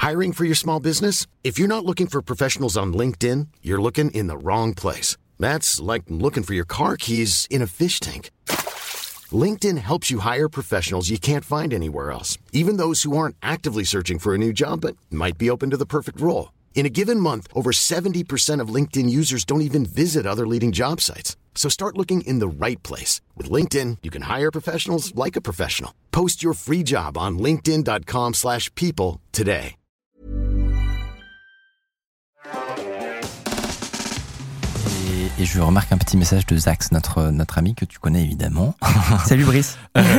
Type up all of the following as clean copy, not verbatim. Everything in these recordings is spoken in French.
Hiring for your small business? If you're not looking for professionals on LinkedIn, you're looking in the wrong place. That's like looking for your car keys in a fish tank. LinkedIn helps you hire professionals you can't find anywhere else, even those who aren't actively searching for a new job but might be open to the perfect role. In a given month, over 70% of LinkedIn users don't even visit other leading job sites. So start looking in the right place. With LinkedIn, you can hire professionals like a professional. Post your free job on linkedin.com/people today. Et je remarque un petit message de Zax, notre ami que tu connais évidemment. Salut Brice.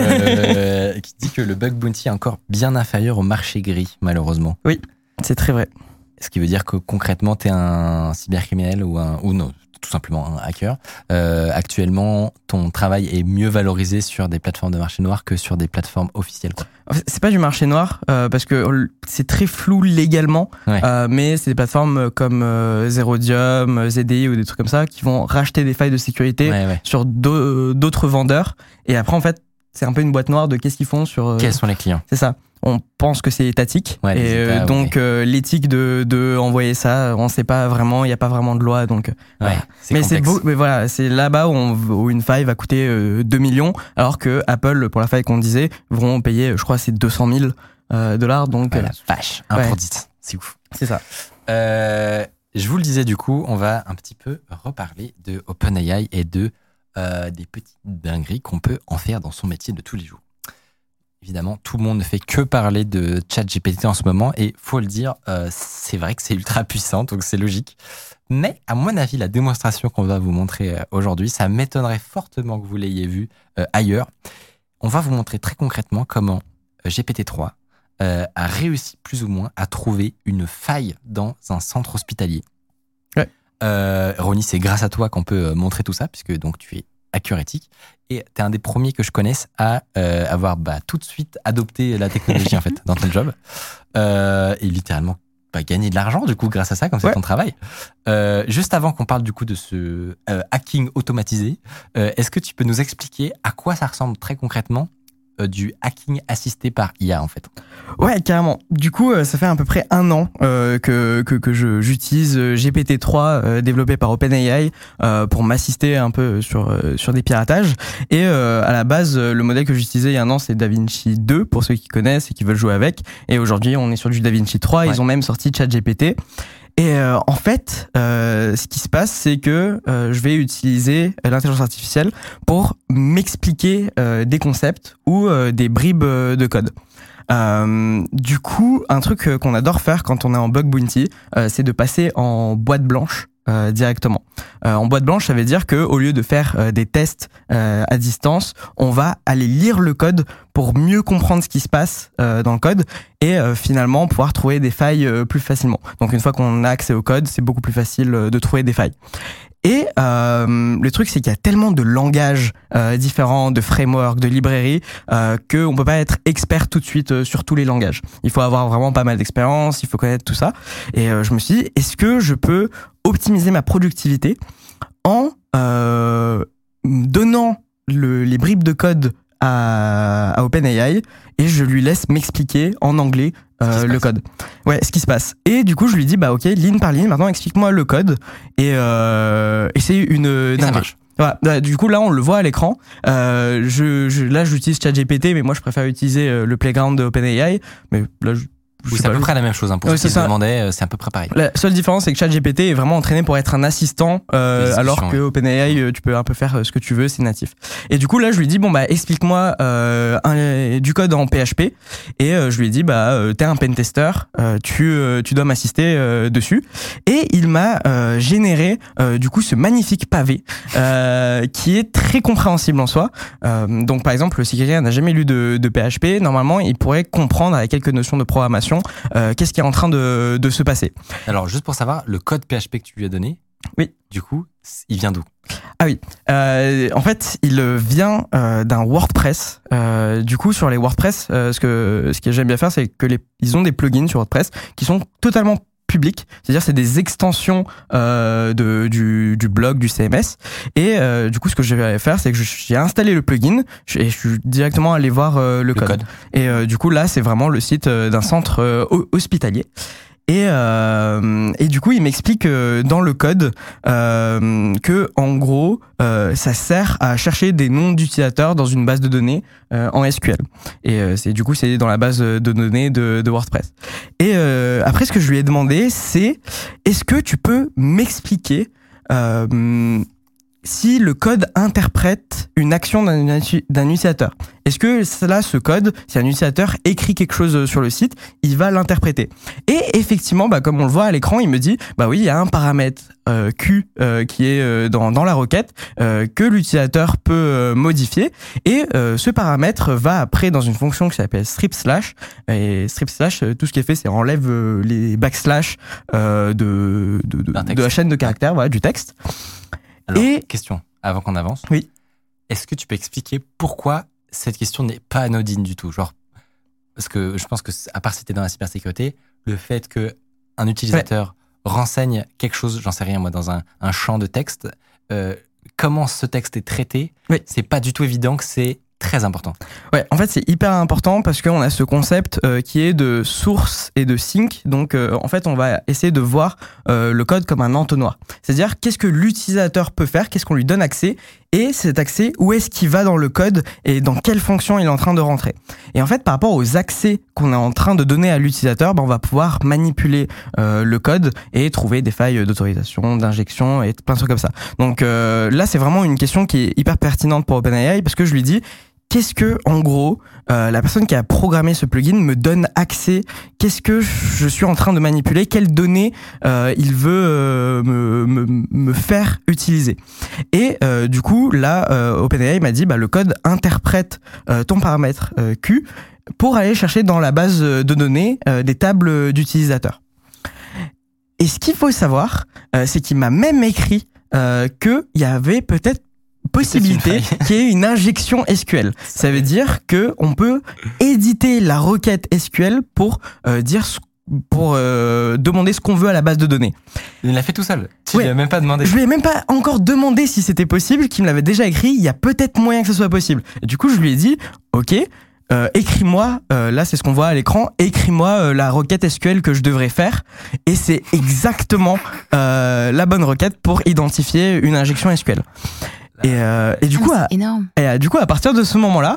Qui dit que le bug bounty est encore bien inférieur au marché gris, malheureusement. Oui, c'est très vrai. Ce qui veut dire que concrètement, t'es un cybercriminel ou non, tout simplement un hacker. Actuellement, ton travail est mieux valorisé sur des plateformes de marché noir que sur des plateformes officielles, quoi. C'est pas du marché noir parce que c'est très flou légalement, ouais. Mais c'est des plateformes comme Zerodium, ZDI ou des trucs comme ça qui vont racheter des failles de sécurité sur d'autres vendeurs. Et après, en fait, c'est un peu une boîte noire de qu'est-ce qu'ils font sur... Quels sont les clients ? C'est ça. On pense que c'est étatique, et donc l'éthique de envoyer ça, on sait pas vraiment, il y a pas vraiment de loi, donc. Ouais, c'est mais complexe. c'est beau, mais voilà, c'est là-bas où une faille va coûter 2 millions, alors que Apple, pour la faille qu'on disait, vont payer, je crois, c'est $200 000, donc. Ouais, la vache, 1 pour 10, c'est ouf. C'est ça. Je vous le disais, du coup, on va un petit peu reparler de OpenAI et de des petites dingueries qu'on peut en faire dans son métier de tous les jours. Évidemment, tout le monde ne fait que parler de ChatGPT en ce moment, et faut le dire, c'est vrai que c'est ultra puissant, donc c'est logique. Mais à mon avis, la démonstration qu'on va vous montrer aujourd'hui, ça m'étonnerait fortement que vous l'ayez vu ailleurs. On va vous montrer très concrètement comment GPT-3 a réussi plus ou moins à trouver une faille dans un centre hospitalier. Ouais. Ronnie, c'est grâce à toi qu'on peut montrer tout ça, puisque donc tu es hacker éthique, et t'es un des premiers que je connaisse à avoir tout de suite adopté la technologie en fait dans ton job, et littéralement gagner de l'argent du coup grâce à ça, comme c'est ton travail. Juste avant qu'on parle du coup de ce hacking automatisé, est-ce que tu peux nous expliquer à quoi ça ressemble très concrètement du hacking assisté par IA en fait? Ouais, carrément. Du coup, ça fait à peu près 1 an que j'utilise GPT-3 développé par OpenAI pour m'assister un peu sur des piratages. Et à la base, le modèle que j'utilisais il y a 1 an, c'est DaVinci 2 pour ceux qui connaissent et qui veulent jouer avec. Et aujourd'hui, on est sur du DaVinci 3. Ouais. Ils ont même sorti ChatGPT. Et en fait, ce qui se passe, c'est que je vais utiliser l'intelligence artificielle pour m'expliquer des concepts ou des bribes de code. Du coup, un truc qu'on adore faire quand on est en bug bounty, c'est de passer en boîte blanche directement. En boîte blanche, ça veut dire que au lieu de faire des tests à distance, on va aller lire le code pour mieux comprendre ce qui se passe dans le code et finalement pouvoir trouver des failles plus facilement. Donc une fois qu'on a accès au code, c'est beaucoup plus facile de trouver des failles. Et le truc, c'est qu'il y a tellement de langages différents, de frameworks, de librairies, qu'on peut pas être expert tout de suite sur tous les langages. Il faut avoir vraiment pas mal d'expérience, il faut connaître tout ça. Et je me suis dit, est-ce que je peux optimiser ma productivité en donnant les bribes de code à OpenAI et je lui laisse m'expliquer en anglais le code. Ouais, ce qui se passe. Et du coup, je lui dis, ok, ligne par ligne, maintenant explique-moi le code. Et c'est une... Ça marche. Voilà. Du coup, là, on le voit à l'écran. Là, j'utilise ChatGPT, mais moi, je préfère utiliser le Playground de OpenAI. Mais là, c'est à peu près la même chose, hein. Pour ceux qui se demandaient, c'est à peu près pareil. La seule différence, c'est que ChatGPT est vraiment entraîné pour être un assistant, alors que OpenAI, tu peux un peu faire ce que tu veux, c'est natif. Et du coup, là, je lui dis, explique-moi du code en PHP. Et je lui ai dit, t'es un pentester, tu dois m'assister dessus. Et il m'a généré, du coup, ce magnifique pavé, qui est très compréhensible en soi. Donc, par exemple, si quelqu'un n'a jamais lu de PHP, normalement, il pourrait comprendre avec quelques notions de programmation qu'est-ce qui est en train de se passer. Alors, juste pour savoir, le code PHP que tu lui as donné, oui. Du coup, il vient d'où? Ah oui, en fait, il vient d'un WordPress. Du coup, sur les WordPress, ce que j'aime bien faire, c'est que ils ont des plugins sur WordPress qui sont totalement publics, c'est-à-dire c'est des extensions du blog, du CMS. Et du coup, ce que je vais faire, c'est que j'ai installé le plugin et je suis directement allé voir le code. Et du coup, là, c'est vraiment le site d'un centre hospitalier. Et du coup, il m'explique dans le code que en gros, ça sert à chercher des noms d'utilisateurs dans une base de données en SQL. Et c'est dans la base de données de WordPress. Et après, ce que je lui ai demandé, c'est est-ce que tu peux m'expliquer si le code interprète une action d'un utilisateur? Est-ce que ce code, si un utilisateur écrit quelque chose sur le site, il va l'interpréter? Et effectivement, comme on le voit à l'écran, il me dit, oui, il y a un paramètre Q qui est dans la requête que l'utilisateur peut modifier. Et ce paramètre va après dans une fonction qui s'appelle strip slash. Et strip slash, tout ce qui est fait, c'est enlève les backslash de la chaîne de caractères, voilà, du texte. Alors, question, avant qu'on avance. Oui. Est-ce que tu peux expliquer pourquoi cette question n'est pas anodine du tout? Parce que je pense que, à part si t'es dans la cybersécurité, le fait qu'un utilisateur renseigne quelque chose, j'en sais rien moi, dans un champ de texte, comment ce texte est traité, c'est pas du tout évident que c'est très important. Ouais, en fait, c'est hyper important parce qu'on a ce concept qui est de source et de sink. Donc, en fait, on va essayer de voir le code comme un entonnoir. C'est-à-dire, qu'est-ce que l'utilisateur peut faire, qu'est-ce qu'on lui donne accès, et cet accès, où est-ce qu'il va dans le code et dans quelle fonction il est en train de rentrer. Et en fait, par rapport aux accès qu'on est en train de donner à l'utilisateur, on va pouvoir manipuler le code et trouver des failles d'autorisation, d'injection et plein de trucs comme ça. Donc là, c'est vraiment une question qui est hyper pertinente pour OpenAI parce que je lui dis qu'est-ce que, en gros, la personne qui a programmé ce plugin me donne accès? Qu'est-ce que je suis en train de manipuler? Quelles données il veut me faire utiliser? Et du coup, là, OpenAI m'a dit, le code interprète ton paramètre Q pour aller chercher dans la base de données des tables d'utilisateurs. Et ce qu'il faut savoir, c'est qu'il m'a même écrit qu'il y avait peut-être possibilité qu'il y ait une injection SQL. Ça veut dire que on peut éditer la requête SQL pour demander ce qu'on veut à la base de données. Il l'a fait tout seul. Tu lui as même pas demandé. Je lui ai même pas encore demandé si c'était possible, qu'il me l'avait déjà écrit. Il y a peut-être moyen que ce soit possible. Et du coup, je lui ai dit, ok, écris-moi, là c'est ce qu'on voit à l'écran, écris-moi la requête SQL que je devrais faire, et c'est exactement la bonne requête pour identifier une injection SQL. Et du coup, à partir de ce moment-là,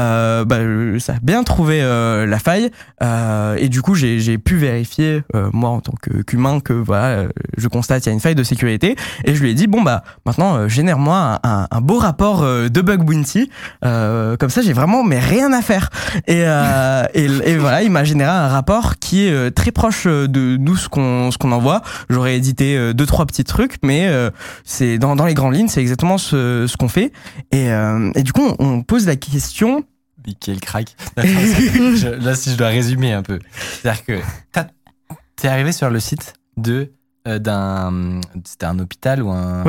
ça a bien trouvé la faille, et du coup j'ai pu vérifier moi en tant qu'humain que voilà, je constate qu'il y a une faille de sécurité, et je lui ai dit maintenant génère-moi un beau rapport de bug bounty, comme ça j'ai vraiment rien à faire, et voilà, il m'a généré un rapport qui est très proche de nous ce qu'on envoie. J'aurais édité 2-3 petits trucs, mais c'est dans les grandes lignes c'est exactement ce qu'on fait, et du coup on pose la question. Quel crack. Là, si je dois résumer un peu. C'est-à-dire que t'es arrivé sur le site c'était un hôpital ou un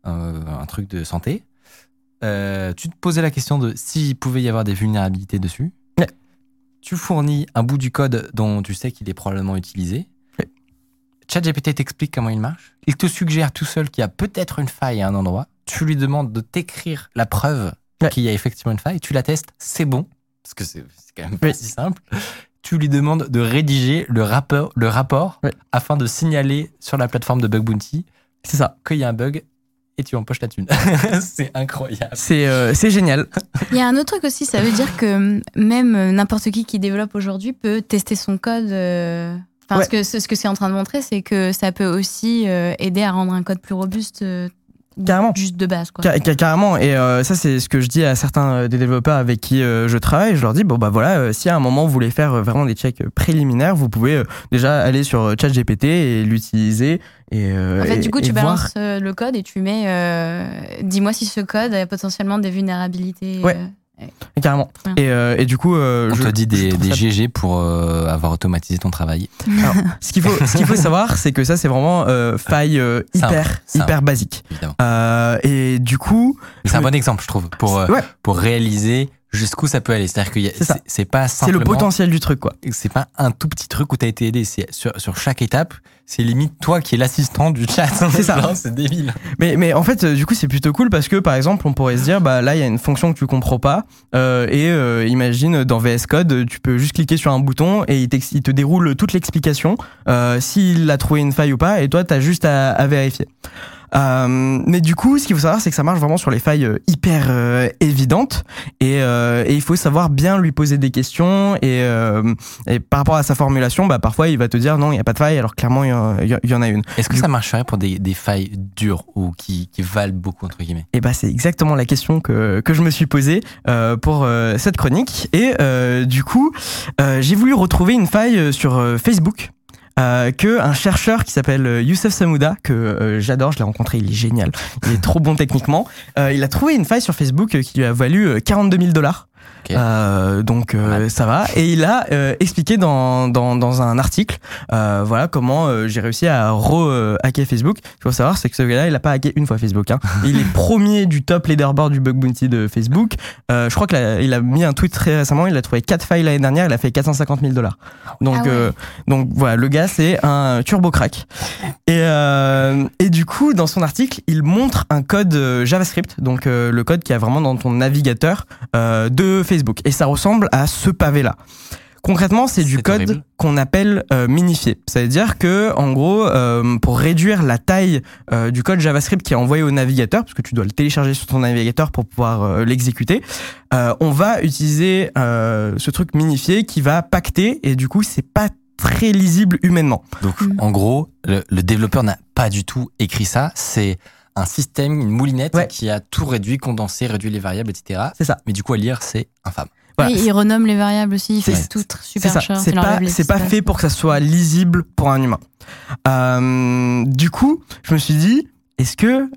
truc de santé. Tu te posais la question de s'il pouvait y avoir des vulnérabilités dessus. Ouais. Tu fournis un bout du code dont tu sais qu'il est probablement utilisé. Ouais. ChatGPT t'explique comment il marche. Il te suggère tout seul qu'il y a peut-être une faille à un endroit. Tu lui demandes de t'écrire la preuve qu'il y a effectivement une faille, tu la testes, c'est bon, parce que c'est quand même pas si simple. Tu lui demandes de rédiger le rapport afin de signaler sur la plateforme de Bug Bounty qu'il y a un bug et tu empoches la thune. C'est incroyable. C'est génial. Il y a un autre truc aussi, ça veut dire que même n'importe qui développe aujourd'hui peut tester son code. Ce que c'est en train de montrer, c'est que ça peut aussi aider à rendre un code plus robuste. Carrément. Juste de base, quoi. Carrément. Et ça, c'est ce que je dis à certains des développeurs avec qui je travaille. Je leur dis, si à un moment vous voulez faire vraiment des checks préliminaires, vous pouvez déjà aller sur ChatGPT et l'utiliser. En fait, du coup, tu balances le code et tu mets dis-moi si ce code a potentiellement des vulnérabilités. Carrément. Et du coup, on te dit des GG pour avoir automatisé ton travail. Alors, ce qu'il faut savoir, c'est que ça, c'est vraiment faille hyper basique. Évidemment. Et du coup, c'est un bon exemple, je trouve, pour réaliser jusqu'où ça peut aller. C'est-à-dire que c'est pas simplement... C'est le potentiel du truc, quoi. C'est pas un tout petit truc où t'as été aidé. C'est sur chaque étape, c'est limite toi qui es l'assistant du chat. C'est ça. Non, c'est débile. Mais en fait, du coup, c'est plutôt cool parce que, par exemple, on pourrait se dire, bah là, il y a une fonction que tu comprends pas. Imagine, dans VS Code, tu peux juste cliquer sur un bouton et il te déroule toute l'explication, s'il a trouvé une faille ou pas, et toi, t'as juste à vérifier. Mais du coup, ce qu'il faut savoir, c'est que ça marche vraiment sur les failles hyper évidentes et il faut savoir bien lui poser des questions et par rapport à sa formulation, bah parfois il va te dire non, il y a pas de faille, alors clairement il y en a une. Est-ce que ça marcherait pour des failles dures ou qui valent beaucoup entre guillemets? Et bah c'est exactement la question que je me suis posée pour cette chronique et du coup j'ai voulu retrouver une faille sur Facebook. Que un chercheur qui s'appelle Youssef Samouda, que j'adore, je l'ai rencontré, il est génial, il est trop bon techniquement. Il a trouvé une faille sur Facebook qui lui a valu $42 000. Okay. Donc ça va. Et il a expliqué dans un article voilà comment j'ai réussi à hacker Facebook. Il faut savoir, c'est que ce gars-là, il a pas hacké une fois Facebook. Hein. Il est premier du top leaderboard du bug bounty de Facebook. Je crois qu'il a mis un tweet très récemment. Il a trouvé 4 failles l'année dernière. Il a fait $450 000. Donc voilà, le gars c'est un turbo crack. Et du coup, dans son article, il montre un code JavaScript, donc le code qui est vraiment dans ton navigateur de Facebook. Et ça ressemble à ce pavé-là. Concrètement, c'est du code horrible. Qu'on appelle minifié. Ça veut dire que, en gros, pour réduire la taille du code JavaScript qui est envoyé au navigateur, parce que tu dois le télécharger sur ton navigateur pour pouvoir l'exécuter, on va utiliser ce truc minifié qui va pacter et du coup, c'est pas très lisible humainement. Donc, en gros, le développeur n'a pas du tout écrit ça. C'est un système, une moulinette qui a tout réduit, condensé, réduit les variables, etc. C'est ça. Mais du coup, à lire, c'est infâme. Voilà. Oui, il renomme les variables aussi, il fait tout super cher. C'est pas fait pour que ça soit lisible pour un humain. Du coup, je me suis dit, est-ce que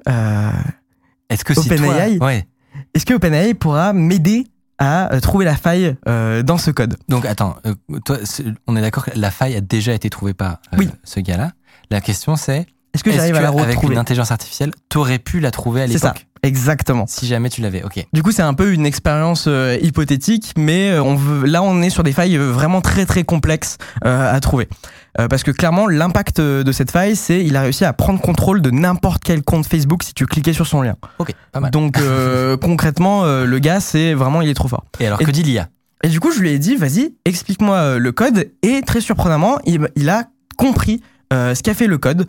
OpenAI pourra m'aider à trouver la faille dans ce code? Donc attends, toi, on est d'accord que la faille a déjà été trouvée par ce gars-là. La question c'est, est-ce que j'arrive à la retrouver avec une intelligence artificielle? T'aurais pu la trouver à l'époque? C'est ça, exactement. Si jamais tu l'avais, ok. Du coup, c'est un peu une expérience hypothétique, mais on est sur des failles vraiment très très complexes à trouver. Parce que clairement, l'impact de cette faille, c'est il a réussi à prendre contrôle de n'importe quel compte Facebook si tu cliquais sur son lien. Ok, pas mal. Donc concrètement, le gars, c'est vraiment, il est trop fort. Et alors, que dit l'IA? Et du coup, je lui ai dit, vas-y, explique-moi le code. Et très surprenamment, il a compris ce qu'a fait le code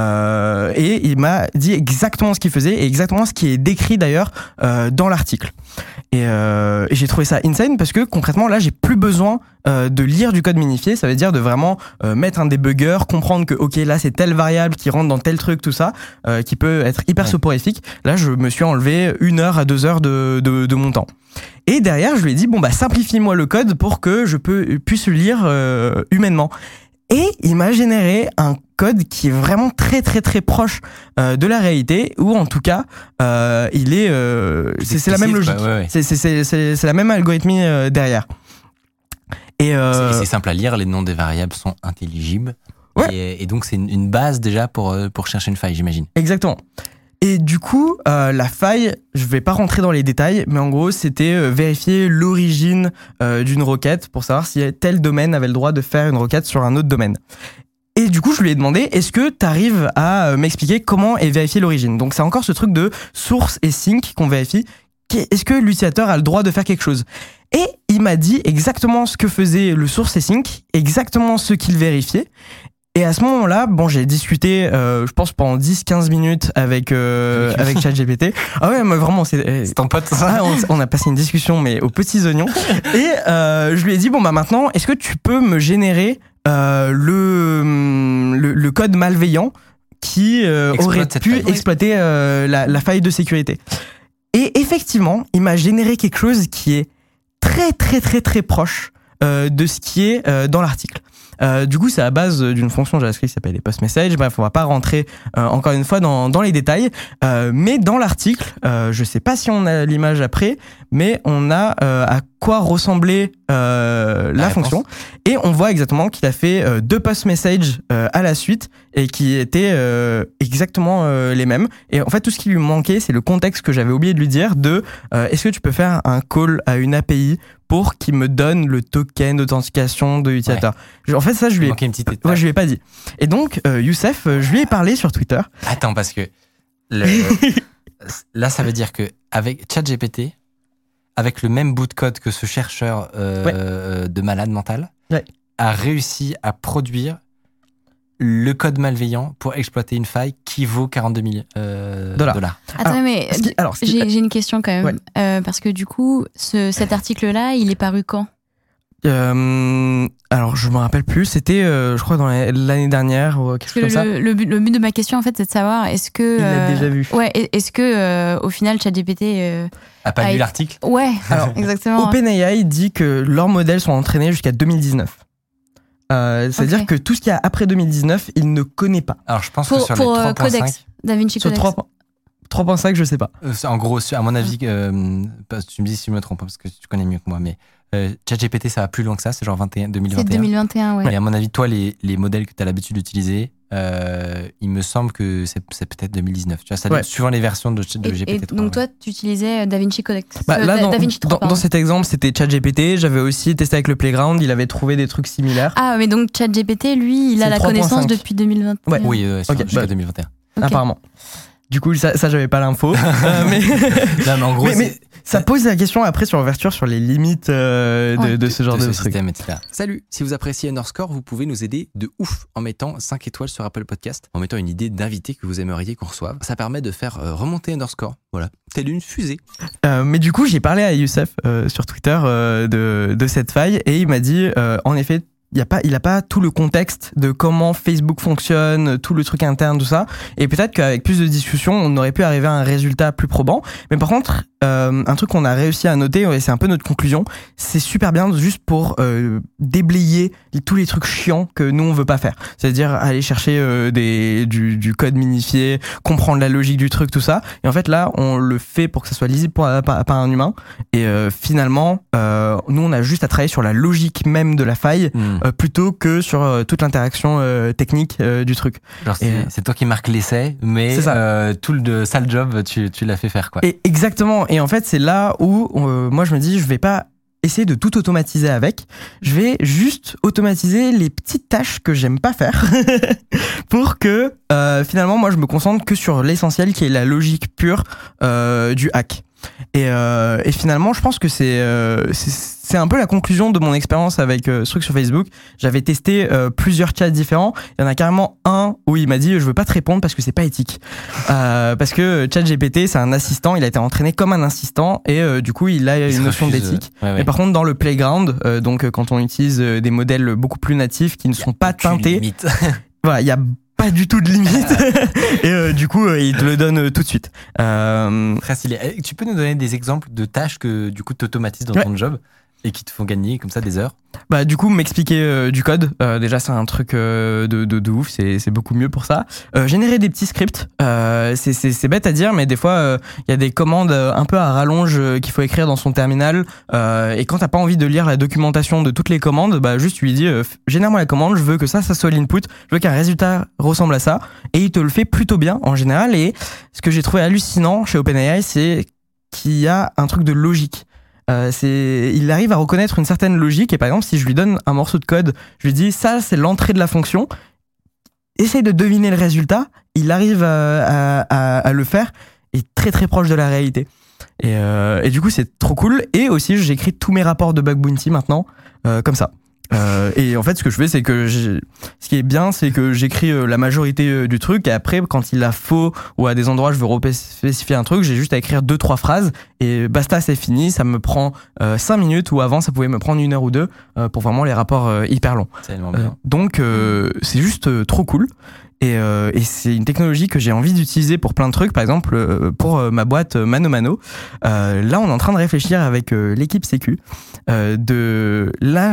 et il m'a dit exactement ce qu'il faisait et exactement ce qui est décrit d'ailleurs dans l'article. Et j'ai trouvé ça insane parce que concrètement là j'ai plus besoin de lire du code minifié, ça veut dire de vraiment mettre un débugger, comprendre que ok là c'est telle variable qui rentre dans tel truc, tout ça qui peut être hyper soporifique. Là je me suis enlevé 1 heure à 2 heures de mon temps. Et derrière je lui ai dit bon bah simplifie-moi le code pour que je puisse le lire humainement. Et il m'a généré un code qui est vraiment très très très proche de la réalité, ou en tout cas il est c'est la même logique, c'est la même algorithmie derrière. Et c'est simple à lire, les noms des variables sont intelligibles et donc c'est une base déjà pour chercher une faille, j'imagine. Exactement. Et du coup, la faille, je vais pas rentrer dans les détails, mais en gros, c'était vérifier l'origine d'une requête pour savoir si tel domaine avait le droit de faire une requête sur un autre domaine. Et du coup, je lui ai demandé, est-ce que tu arrives à m'expliquer comment est vérifiée l'origine? Donc, c'est encore ce truc de source et sync qu'on vérifie. Est-ce que l'utilisateur a le droit de faire quelque chose? Et il m'a dit exactement ce que faisait le source et sync, exactement ce qu'il vérifiait. Et à ce moment-là, bon, j'ai discuté, je pense pendant 10-15 minutes avec ChatGPT. Ah ouais, mais vraiment, c'est ton pote, ça. On a passé une discussion, mais aux petits oignons. Et je lui ai dit bon bah maintenant, est-ce que tu peux me générer le code malveillant qui aurait pu exploiter la faille de sécurité? Et effectivement, il m'a généré quelque chose qui est très très très très proche de ce qui est dans l'article. Du coup, c'est à base d'une fonction JavaScript qui s'appelle les post messages. Bref, on va pas rentrer encore une fois dans les détails, mais dans l'article, je sais pas si on a l'image après, mais on a à quoi ressemblait la fonction, et on voit exactement qu'il a fait 2 post messages à la suite et qui étaient exactement les mêmes. Et en fait, tout ce qui lui manquait, c'est le contexte que j'avais oublié de lui dire de est-ce que tu peux faire un call à une API pour qu'il me donne le token d'authentification de l'utilisateur. En fait, ça, je lui ai pas dit. Et donc, Youssef, je lui ai parlé sur Twitter. Attends, parce que là, ça veut dire que avec ChatGPT, avec le même bout de code que ce chercheur de malade mental, a réussi à produire le code malveillant pour exploiter une faille qui vaut 42 000 dollars. Attends, mais j'ai une question quand même. Parce que du coup, cet article-là, il est paru quand ? Alors, je me rappelle plus. C'était, je crois, dans l'année dernière ou quelque chose comme ça. Le but de ma question, en fait, c'est de savoir est-ce que. Il l'a déjà vu. Ouais. Est-ce que, au final, ChatGPT a pas lu l'article ? Ouais. Alors, exactement. OpenAI dit que leurs modèles sont entraînés jusqu'à 2019. C'est-à-dire que tout ce qu'il y a après 2019, il ne connaît pas. Alors, je pense que sur les 3.5, Codex, DaVinci Codex. 3.5, je sais pas. En gros, à mon avis, tu me dis si je me trompe, parce que tu connais mieux que moi, mais ChatGPT, ça va plus loin que ça, c'est genre 2021. C'est 2021, ouais. Et à mon avis, toi, les modèles que tu as l'habitude d'utiliser, il me semble que c'est peut-être 2019. Tu vois, ça suivant les versions de GPT-3. Et donc, toi, tu utilisais DaVinci Codex. Là, DaVinci 3, dans cet exemple, c'était ChatGPT. J'avais aussi testé avec le Playground. Il avait trouvé des trucs similaires. Ah, mais donc ChatGPT, lui, il a la connaissance depuis 2021. Ouais. Oui, jusqu'à 2021. Okay. Apparemment. Du coup, ça j'avais pas l'info. mais... Non, mais en gros, mais ça pose la question après sur l'ouverture, sur les limites de ce genre de système, etc. Salut, si vous appréciez Underscore, vous pouvez nous aider de ouf en mettant 5 étoiles sur Apple Podcast, en mettant une idée d'invité que vous aimeriez qu'on reçoive. Ça permet de faire remonter Underscore. Voilà, telle une fusée. Mais du coup, j'ai parlé à Youssef sur Twitter de cette faille, et il m'a dit, en effet, il a pas tout le contexte de comment Facebook fonctionne, tout le truc interne, tout ça. Et peut-être qu'avec plus de discussions, on aurait pu arriver à un résultat plus probant. Mais par contre, un truc qu'on a réussi à noter, et c'est un peu notre conclusion, c'est super bien juste pour déblayer tous les trucs chiants que nous on veut pas faire. C'est-à-dire aller chercher du code minifié, comprendre la logique du truc, tout ça. Et en fait là, on le fait pour que ça soit lisible par un humain. Et finalement, nous on a juste à travailler sur la logique même de la faille. Plutôt que sur toute l'interaction technique du truc. Genre c'est toi qui marques l'essai, mais tout le sale job, tu l'as fait faire, quoi. Et exactement. Et en fait, c'est là où moi je me dis, je vais pas essayer de tout automatiser avec. Je vais juste automatiser les petites tâches que j'aime pas faire pour que finalement, moi je me concentre que sur l'essentiel qui est la logique pure du hack. Et finalement, je pense que c'est un peu la conclusion de mon expérience avec ce truc sur Facebook. J'avais testé plusieurs chats différents. Il y en a carrément un où il m'a dit je veux pas te répondre parce que c'est pas éthique. Parce que ChatGPT, c'est un assistant, il a été entraîné comme un assistant et du coup, il a une notion d'éthique. Mais par contre, dans le Playground, donc quand on utilise des modèles beaucoup plus natifs qui ne sont pas teintés, voilà, il y a pas du tout de limite et du coup il te le donne tout de suite. Très stylé. Tu peux nous donner des exemples de tâches que du coup tu automatises dans ton job et qui te font gagner comme ça des heures? Bah du coup m'expliquer du code, déjà c'est un truc de ouf, c'est beaucoup mieux pour ça. Générer des petits scripts, c'est bête à dire mais des fois il y a des commandes un peu à rallonge qu'il faut écrire dans son terminal et quand t'as pas envie de lire la documentation de toutes les commandes, bah juste tu lui dis génère-moi la commande, je veux que ça soit l'input, je veux qu'un résultat ressemble à ça et il te le fait plutôt bien en général. Et ce que j'ai trouvé hallucinant chez OpenAI, c'est qu'il y a un truc de logique. Il arrive à reconnaître une certaine logique et par exemple si je lui donne un morceau de code, je lui dis ça c'est l'entrée de la fonction, essaye de deviner le résultat, il arrive à le faire et très très proche de la réalité et du coup c'est trop cool. Et aussi j'écris tous mes rapports de bug bounty maintenant comme ça. Et en fait ce que je fais c'est que ce qui est bien c'est que j'écris la majorité du truc et après quand il a faux ou à des endroits je veux spécifier un truc, j'ai juste à écrire 2-3 phrases et basta, c'est fini. Ça me prend 5 minutes, ou avant ça pouvait me prendre 1 heure ou 2 pour vraiment les rapports hyper longs. Tellement bien. Donc c'est juste trop cool. Et c'est une technologie que j'ai envie d'utiliser pour plein de trucs. Par exemple, pour ma boîte Mano Mano, là on est en train de réfléchir avec l'équipe Sécu de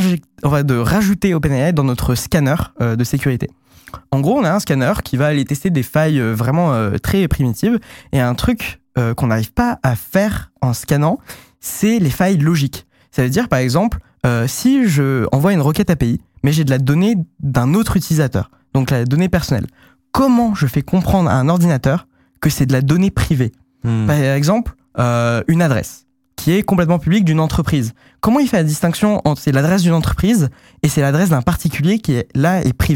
rajouter OpenAI dans notre scanner de sécurité. En gros, on a un scanner qui va aller tester des failles vraiment très primitives, et un truc qu'on n'arrive pas à faire en scannant, c'est les failles logiques. Ça veut dire, par exemple, si je envoie une requête API, mais j'ai de la donnée d'un autre utilisateur, donc la donnée personnelle, comment je fais comprendre à un ordinateur que c'est de la donnée privée ? Par exemple, une adresse qui est complètement publique d'une entreprise. Comment il fait la distinction entre c'est l'adresse d'une entreprise et c'est l'adresse d'un particulier qui est là et privée ?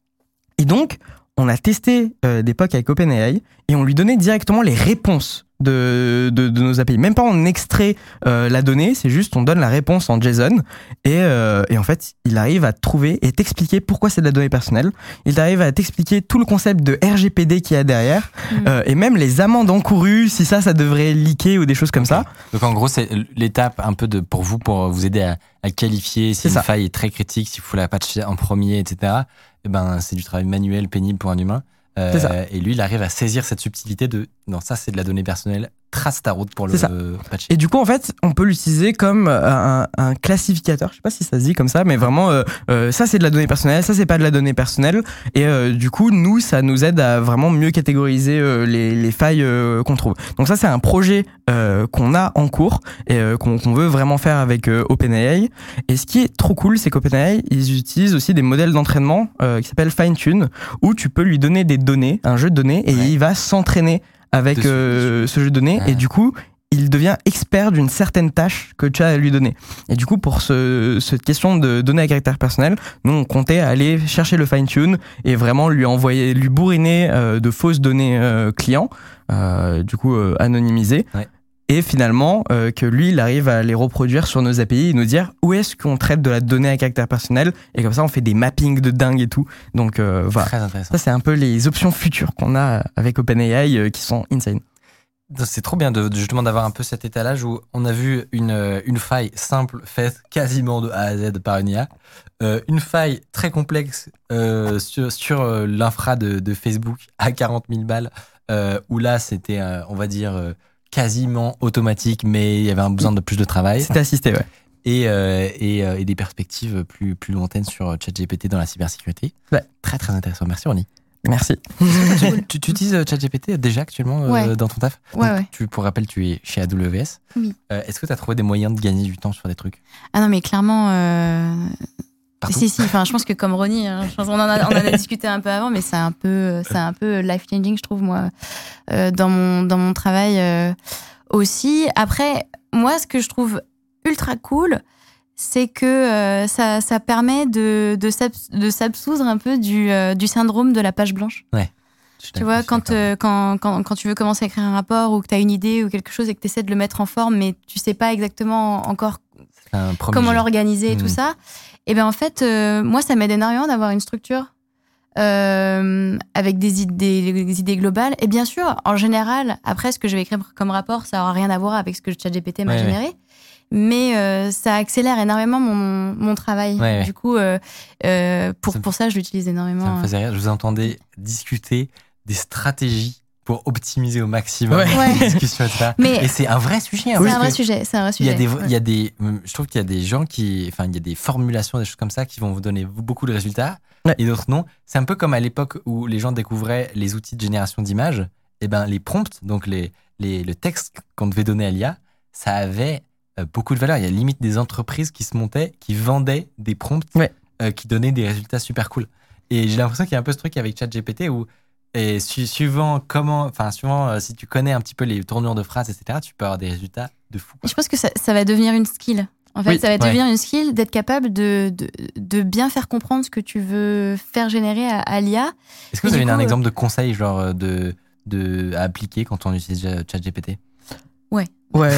Et donc, on a testé des POC avec OpenAI et on lui donnait directement les réponses de nos API. Même pas on extrait la donnée, c'est juste on donne la réponse en JSON et en fait, il arrive à trouver et t'expliquer pourquoi c'est de la donnée personnelle. Il arrive à t'expliquer tout le concept de RGPD qu'il y a derrière et même les amendes encourues si ça devrait leaker ou des choses comme ça. Donc en gros, c'est l'étape un peu pour vous aider à qualifier si une faille est très critique, s'il faut la patcher en premier, etc. Et ben, c'est du travail manuel pénible pour un humain. Et lui, il arrive à saisir cette subtilité de non, ça c'est de la donnée personnelle, trace ta route pour le patcher. Et du coup, en fait, on peut l'utiliser comme un classificateur. Je sais pas si ça se dit comme ça, mais vraiment, ça c'est de la donnée personnelle, ça c'est pas de la donnée personnelle. Et du coup, nous, ça nous aide à vraiment mieux catégoriser les failles qu'on trouve. Donc ça, c'est un projet qu'on a en cours et qu'on veut vraiment faire avec OpenAI. Et ce qui est trop cool, c'est qu'OpenAI, ils utilisent aussi des modèles d'entraînement qui s'appellent Fine-Tune, où tu peux lui donner des données, un jeu de données, et il va s'entraîner avec ce jeu de données, et du coup, il devient expert d'une certaine tâche que tu as à lui donner. Et du coup, pour cette question de données à caractère personnel, nous, on comptait aller chercher le fine-tune et vraiment lui bourriner de fausses données clients, du coup anonymisées. Ouais. Et finalement, que lui, il arrive à les reproduire sur nos API et nous dire où est-ce qu'on traite de la donnée à caractère personnel. Et comme ça, on fait des mappings de dingue et tout. Donc voilà. Très intéressant. Ça, c'est un peu les options futures qu'on a avec OpenAI qui sont insane. C'est trop bien justement d'avoir un peu cet étalage où on a vu une faille simple faite quasiment de A à Z par une IA, une faille très complexe sur l'infra de Facebook à 40 000 balles, où là, c'était, on va dire... quasiment automatique, mais il y avait un besoin de plus de travail. C'était assisté, ouais. Et des perspectives plus lointaines sur ChatGPT dans la cybersécurité. Ouais. Très, très intéressant. Merci, Ronnie. Merci. Tu utilises ChatGPT déjà actuellement dans ton taf ? Ouais. Pour rappel, tu es chez AWS. Oui. Est-ce que tu as trouvé des moyens de gagner du temps sur des trucs ? Ah non, mais clairement... Si. Enfin, je pense que comme Ronnie, on en a discuté un peu avant, mais c'est un peu life changing, je trouve, moi, dans mon travail aussi. Après, moi, ce que je trouve ultra cool, c'est que ça permet de s'absoudre un peu du syndrome de la page blanche. Ouais. Tu vois, quand tu veux commencer à écrire un rapport ou que tu as une idée ou quelque chose et que tu essaies de le mettre en forme, mais tu sais pas exactement encore comment l'organiser et tout ça. Et bien en fait, moi, ça m'aide énormément d'avoir une structure avec des idées globales. Et bien sûr, en général, après, ce que je vais écrire comme rapport, ça n'aura rien à voir avec ce que ChatGPT m'a généré. Ouais. Mais ça accélère énormément mon travail. Ouais. Du coup, pour ça, je l'utilise énormément. Ça me faisait rire. Je vous entendais discuter des stratégies pour optimiser au maximum la discussion, etc. Mais et c'est un vrai sujet. C'est un vrai sujet. Il y a des, je trouve qu'il y a des gens il y a des formulations, des choses comme ça qui vont vous donner beaucoup de résultats et d'autres non. C'est un peu comme à l'époque où les gens découvraient les outils de génération d'images. Et ben les prompts, donc le texte qu'on devait donner à l'IA, ça avait beaucoup de valeur. Il y a limite des entreprises qui se montaient, qui vendaient des prompts qui donnaient des résultats super cool. Et j'ai l'impression qu'il y a un peu ce truc avec ChatGPT où et suivant si tu connais un petit peu les tournures de phrases, etc., tu peux avoir des résultats de fou. Je pense que ça va devenir une skill. En fait, ça va devenir une skill d'être capable de bien faire comprendre ce que tu veux faire générer à l'IA. Est-ce que vous avez un exemple de conseil genre à appliquer quand on utilise ChatGPT ? Ouais. Ouais.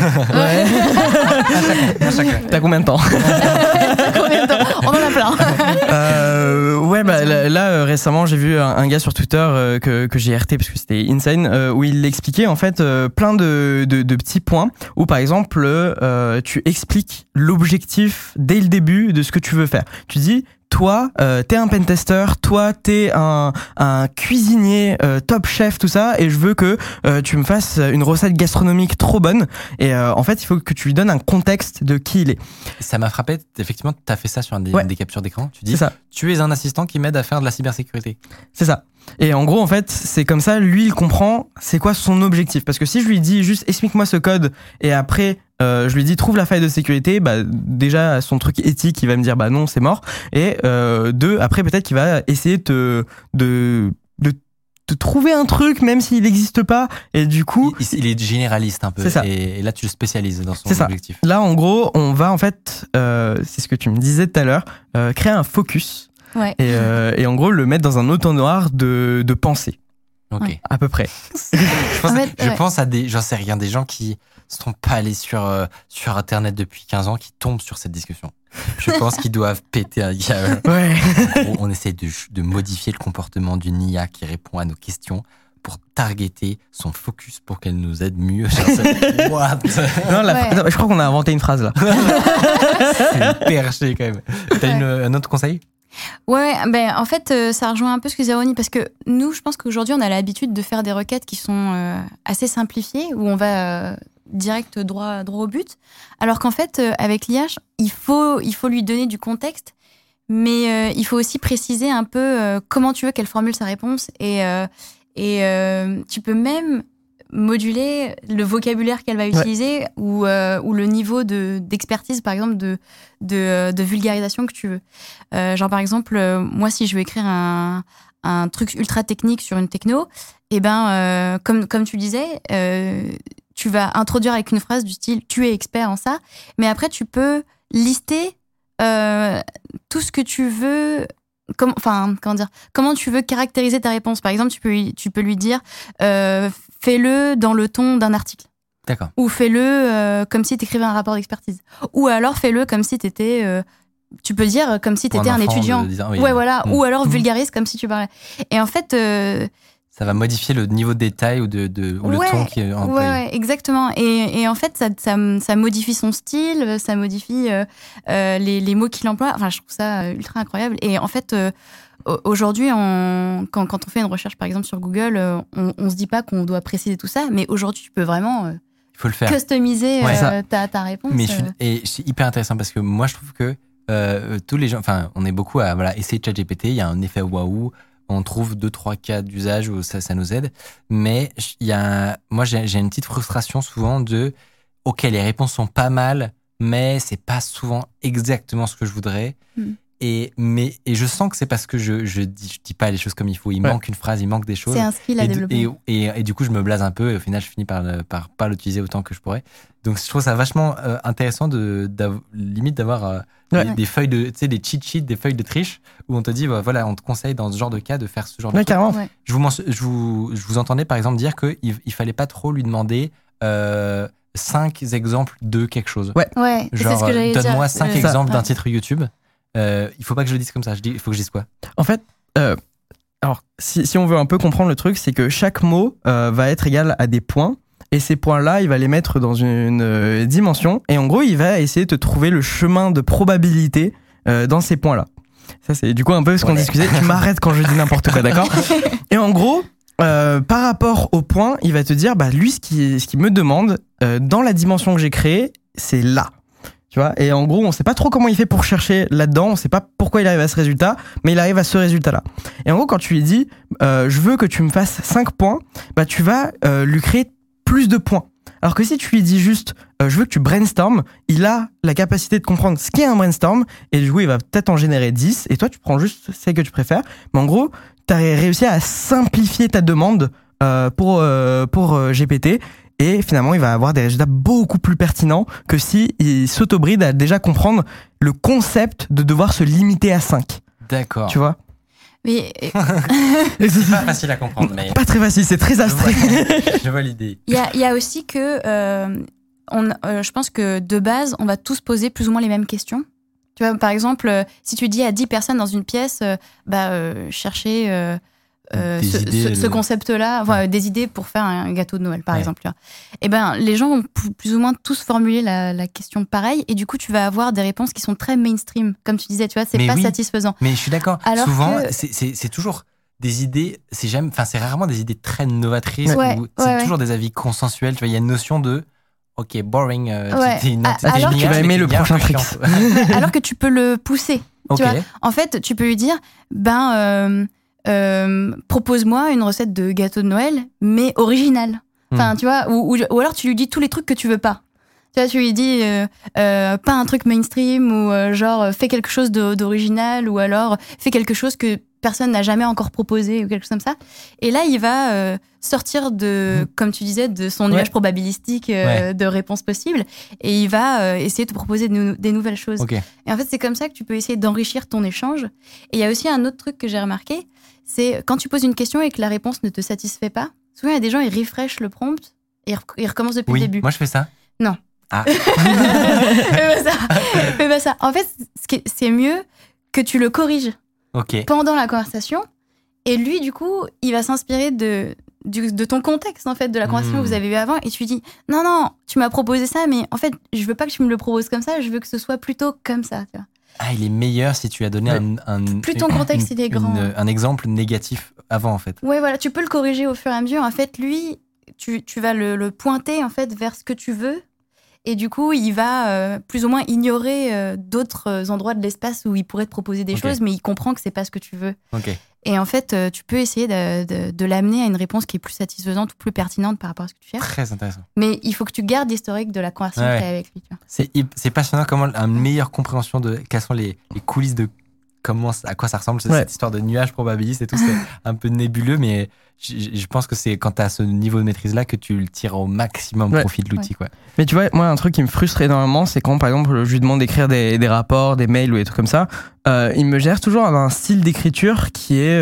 T'as combien de temps? On en a plein. Récemment, j'ai vu un gars sur Twitter que j'ai RT parce que c'était insane, où il expliquait en fait plein de petits points où par exemple tu expliques l'objectif dès le début de ce que tu veux faire. Tu dis toi, t'es un pentester, toi, t'es un cuisinier top chef, tout ça, et je veux que tu me fasses une recette gastronomique trop bonne. Et en fait, il faut que tu lui donnes un contexte de qui il est. Ça m'a frappé, effectivement, t'as fait ça sur des captures d'écran. Tu dis, c'est ça. Tu es un assistant qui m'aide à faire de la cybersécurité. C'est ça. Et en gros, en fait, c'est comme ça, lui, il comprend c'est quoi son objectif. Parce que si je lui dis juste explique-moi ce code et après je lui dis trouve la faille de sécurité, bah déjà son truc éthique, il va me dire bah non, c'est mort. Et après peut-être qu'il va essayer de trouver un truc même s'il n'existe pas. Et du coup, il est généraliste un peu. C'est ça. Et là, tu le spécialises dans son objectif. Là, en gros, on va en fait, c'est ce que tu me disais tout à l'heure, créer un focus. Ouais. Et en gros, le mettre dans un entonnoir de pensée. Ok. À peu près. Je pense à des, j'en sais rien, des gens qui ne sont pas allés sur Internet depuis 15 ans, qui tombent sur cette discussion. Je pense qu'ils doivent péter un câble. Ouais. En gros, on essaie de modifier le comportement d'une IA qui répond à nos questions pour targeter son focus pour qu'elle nous aide mieux. What? Non, je crois qu'on a inventé une phrase là. C'est perché quand même. T'as un autre conseil? Ouais, en fait, ça rejoint un peu ce que disait Ronnie, parce que nous, je pense qu'aujourd'hui, on a l'habitude de faire des requêtes qui sont assez simplifiées, où on va direct droit au but, alors qu'en fait, avec l'IA, il faut lui donner du contexte, mais il faut aussi préciser un peu comment tu veux qu'elle formule sa réponse, et tu peux même moduler le vocabulaire qu'elle va utiliser ou le niveau d'expertise, par exemple, de vulgarisation que tu veux. Genre, par exemple, moi, si je veux écrire un truc ultra technique sur une techno, et comme tu disais, tu vas introduire avec une phrase du style « tu es expert en ça », mais après, tu peux lister tout ce que tu veux... Comment tu veux caractériser ta réponse. Par exemple, tu peux lui dire fais-le dans le ton d'un article. D'accord. Ou fais-le comme si tu écrivais un rapport d'expertise. Ou alors fais-le comme si tu étais... tu peux dire comme si tu étais un étudiant. Ouais, voilà. Ou alors vulgarise comme si tu parlais. Et en fait... ça va modifier le niveau de détail ou le ton qui est employé. Ouais, exactement. Et en fait, ça modifie son style, ça modifie les mots qu'il emploie. Enfin, je trouve ça ultra incroyable. Et en fait, aujourd'hui, quand on fait une recherche, par exemple, sur Google, on se dit pas qu'on doit préciser tout ça, mais aujourd'hui, tu peux vraiment il faut le faire. Customiser ta réponse. Et c'est hyper intéressant parce que moi, je trouve que tous les gens... Enfin, on est beaucoup à essayer ChatGPT, il y a un effet waouh. On trouve 2-3 cas d'usage où ça nous aide. Mais moi, j'ai une petite frustration souvent de « Ok, les réponses sont pas mal, mais c'est pas souvent exactement ce que je voudrais. » Et je sens que c'est parce que je dis pas les choses comme il faut. Il manque une phrase, il manque des choses. C'est un skill à développer. Et du coup, je me blase un peu et au final, je finis par pas l'utiliser autant que je pourrais. Donc, je trouve ça vachement intéressant limite d'avoir des feuilles des cheat sheets, des feuilles de triche où on te dit, voilà, on te conseille dans ce genre de cas de faire ce genre de truc. Carrément. Ouais. Je vous entendais par exemple dire qu'il fallait pas trop lui demander 5 exemples de quelque chose. Ouais, genre, c'est ce que j'allais dire. Donne-moi 5 exemples d'un titre YouTube. Il faut pas que je le dise comme ça. Il faut que je dise quoi? En fait, alors si on veut un peu comprendre le truc, c'est que chaque mot va être égal à des points. Et ces points-là, il va les mettre dans une dimension. Et en gros, il va essayer de te trouver le chemin de probabilité dans ces points-là. Ça, c'est du coup un peu ce qu'on discutait. Tu m'arrêtes quand je dis n'importe quoi, d'accord? Et en gros, par rapport aux points, il va te dire, lui, ce qui me demande, dans la dimension que j'ai créée, c'est là. Tu vois? Et en gros, on sait pas trop comment il fait pour chercher là-dedans. On sait pas pourquoi il arrive à ce résultat, mais il arrive à ce résultat-là. Et en gros, quand tu lui dis, je veux que tu me fasses 5 points, tu vas lui créer plus de points. Alors que si tu lui dis juste je veux que tu brainstormes, il a la capacité de comprendre ce qu'est un brainstorm et du coup il va peut-être en générer 10 et toi tu prends juste celle que tu préfères. Mais en gros, tu as réussi à simplifier ta demande pour GPT et finalement il va avoir des résultats beaucoup plus pertinents que si il s'autobride à déjà comprendre le concept de devoir se limiter à 5. D'accord. Tu vois? Mais c'est pas facile à comprendre. Mais... Pas très facile, c'est très abstrait. Je vois l'idée. Il y a aussi que je pense que de base, on va tous poser plus ou moins les mêmes questions. Tu vois, par exemple, si tu dis à 10 personnes dans une pièce, chercher ce concept-là, des idées pour faire un gâteau de Noël, par exemple. Et ben, les gens vont plus ou moins tous formuler la question pareille, et du coup, tu vas avoir des réponses qui sont très mainstream. Comme tu disais, tu vois, c'est pas satisfaisant. Mais je suis d'accord. Alors souvent, c'est toujours des idées, c'est rarement des idées très novatrices, c'est toujours des avis consensuels. Tu vois, il y a une notion de ok, boring. Tu vas aimer le prochain trick. Alors que tu peux le pousser. Tu vois, en fait, tu peux lui dire, propose-moi une recette de gâteau de Noël, mais originale. Enfin, tu vois, ou alors tu lui dis tous les trucs que tu veux pas. Tu vois, tu lui dis pas un truc mainstream ou fais quelque chose d'original, ou alors fais quelque chose que personne n'a jamais encore proposé ou quelque chose comme ça. Et là, il va sortir comme tu disais, de son nuage probabilistique de réponses possibles, et il va essayer de te proposer des nouvelles choses. Et en fait, c'est comme ça que tu peux essayer d'enrichir ton échange. Et il y a aussi un autre truc que j'ai remarqué, c'est quand tu poses une question et que la réponse ne te satisfait pas, souvent il y a des gens, ils refreshent le prompt et ils recommencent depuis le début. Moi je fais ça. Non. Ah. Fais pas ça. En fait, c'est mieux que tu le corriges pendant la conversation, et lui, du coup, il va s'inspirer de ton contexte, en fait, de la conversation que vous avez eue avant, et tu lui dis non, tu m'as proposé ça, mais en fait, je veux pas que tu me le proposes comme ça, je veux que ce soit plutôt comme ça, tu vois. Ah, il est meilleur si tu as donné plus ton contexte il est grand. Un exemple négatif avant, en fait. Ouais, voilà, tu peux le corriger au fur et à mesure. En fait, lui, tu vas le pointer, en fait, vers ce que tu veux. Et du coup, il va plus ou moins ignorer d'autres endroits de l'espace où il pourrait te proposer des choses, mais il comprend que c'est pas ce que tu veux. Et en fait, tu peux essayer de l'amener à une réponse qui est plus satisfaisante ou plus pertinente par rapport à ce que tu cherches. Très intéressant. Mais il faut que tu gardes l'historique de la conversation que tu as avec lui. Tu vois. C'est passionnant comment une meilleure compréhension de quelles sont les coulisses de à quoi ça ressemble, cette histoire de nuage probabiliste et tout, c'est un peu nébuleux, mais je pense que c'est quand tu as ce niveau de maîtrise-là que tu le tires au maximum profit de l'outil. Quoi. Mais tu vois, moi, un truc qui me frustre énormément, c'est quand, par exemple, je lui demande d'écrire des rapports, des mails ou des trucs comme ça, il me gère toujours un style d'écriture qui est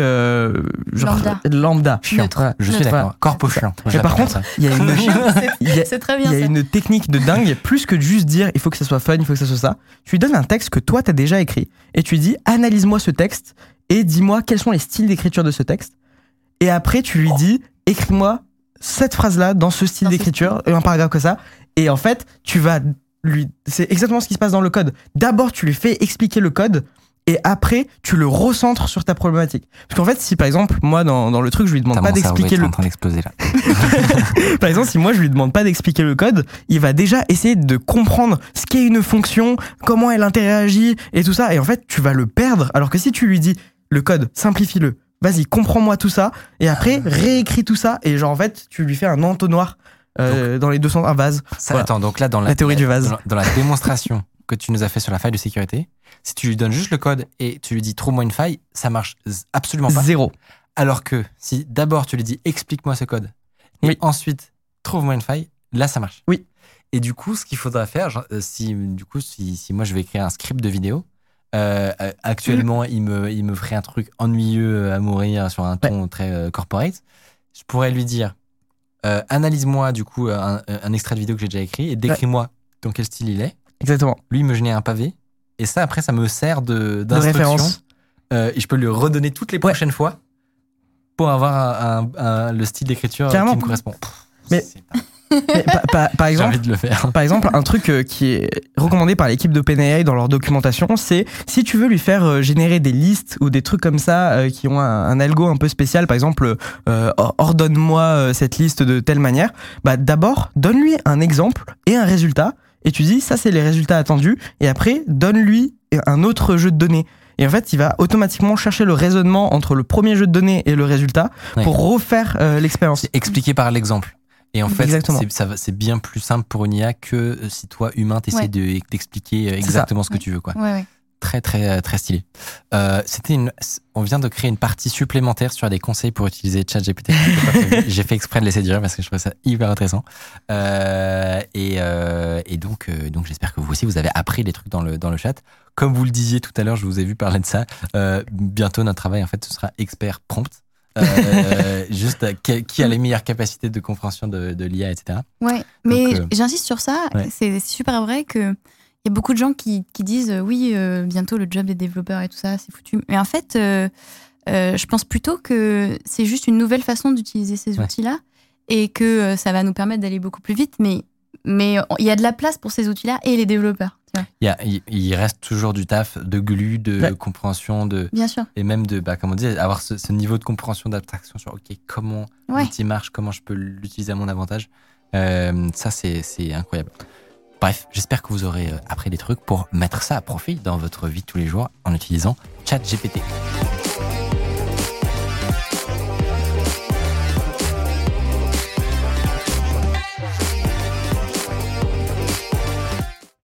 lambda. Chiant. Je suis d'accord. Corpo chiant. Mais par contre, il y a une c'est très bien, il y a une technique de dingue, plus que de juste dire il faut que ça soit fun, il faut que ça soit ça. Tu lui donnes un texte que toi, tu as déjà écrit, et tu lui dis analyse-moi ce texte et dis-moi quels sont les styles d'écriture de ce texte. Et après, tu lui dis écris-moi cette phrase-là dans ce style d'écriture, un paragraphe comme ça. Et en fait, c'est exactement ce qui se passe dans le code. D'abord, tu lui fais expliquer le code, et après, tu le recentres sur ta problématique. Parce qu'en fait, si par exemple, moi, dans le truc, je lui demande pas d'expliquer le... en train d'exploser là. Par exemple, si moi, je lui demande pas d'expliquer le code, il va déjà essayer de comprendre ce qu'est une fonction, comment elle interagit, et tout ça. Et en fait, tu vas le perdre. Alors que si tu lui dis le code, simplifie-le, vas-y, comprends-moi tout ça, et après, réécris tout ça, et genre, en fait, tu lui fais un entonnoir dans les deux sens, un vase. Attends, donc là, dans la théorie du vase. Dans la démonstration que tu nous as fait sur la faille de sécurité, si tu lui donnes juste le code et tu lui dis trouve-moi une faille, ça marche absolument pas. Zéro. Alors que si d'abord tu lui dis explique-moi ce code et ensuite trouve-moi une faille, là ça marche. Oui. Et du coup, ce qu'il faudra faire, si moi je vais écrire un script de vidéo, actuellement il me ferait un truc ennuyeux à mourir sur un ton très corporate, je pourrais lui dire analyse-moi du coup un extrait de vidéo que j'ai déjà écrit et décris-moi dans quel style il est. Exactement. Lui, il me génère un pavé. Et ça, après, ça me sert d'instruction. Et je peux lui redonner toutes les prochaines fois pour avoir le style d'écriture qui me correspond. Mais par exemple, j'ai envie de le faire. Par exemple, un truc qui est recommandé par l'équipe d'OpenAI dans leur documentation, c'est si tu veux lui faire générer des listes ou des trucs comme ça qui ont un algo un peu spécial, par exemple, ordonne-moi cette liste de telle manière, d'abord, donne-lui un exemple et un résultat. Et tu dis, ça, c'est les résultats attendus. Et après, donne-lui un autre jeu de données. Et en fait, il va automatiquement chercher le raisonnement entre le premier jeu de données et le résultat pour refaire l'expérience. C'est expliqué par l'exemple. Et en fait, c'est bien plus simple pour une IA que si toi, humain, t'essaies d'expliquer exactement ce que tu veux. Quoi. Ouais. Très, très, très stylé. On vient de créer une partie supplémentaire sur des conseils pour utiliser ChatGPT. J'ai fait exprès de laisser dire parce que je trouvais ça hyper intéressant. Et donc j'espère que vous aussi, vous avez appris des trucs dans le chat. Comme vous le disiez tout à l'heure, je vous ai vu parler de ça. Bientôt, notre travail, en fait, ce sera expert prompt. Juste qui a les meilleures capacités de compréhension de l'IA, etc. Ouais, mais Donc, j'insiste sur ça. ouais. C'est super vrai que il y a beaucoup de gens qui disent oui, bientôt le job des développeurs et tout ça, c'est foutu. Mais en fait, je pense plutôt que c'est juste une nouvelle façon d'utiliser ces outils-là et que ça va nous permettre d'aller beaucoup plus vite. Mais il y a de la place pour ces outils-là et les développeurs. Tu vois. Il reste toujours du taf de glue, de compréhension, Bien sûr. et même de, comme on dit, avoir ce niveau de compréhension, d'abstraction sur comment l'outil marche, comment je peux l'utiliser à mon avantage. Ça, c'est incroyable. Bref, j'espère que vous aurez appris des trucs pour mettre ça à profit dans votre vie de tous les jours en utilisant ChatGPT.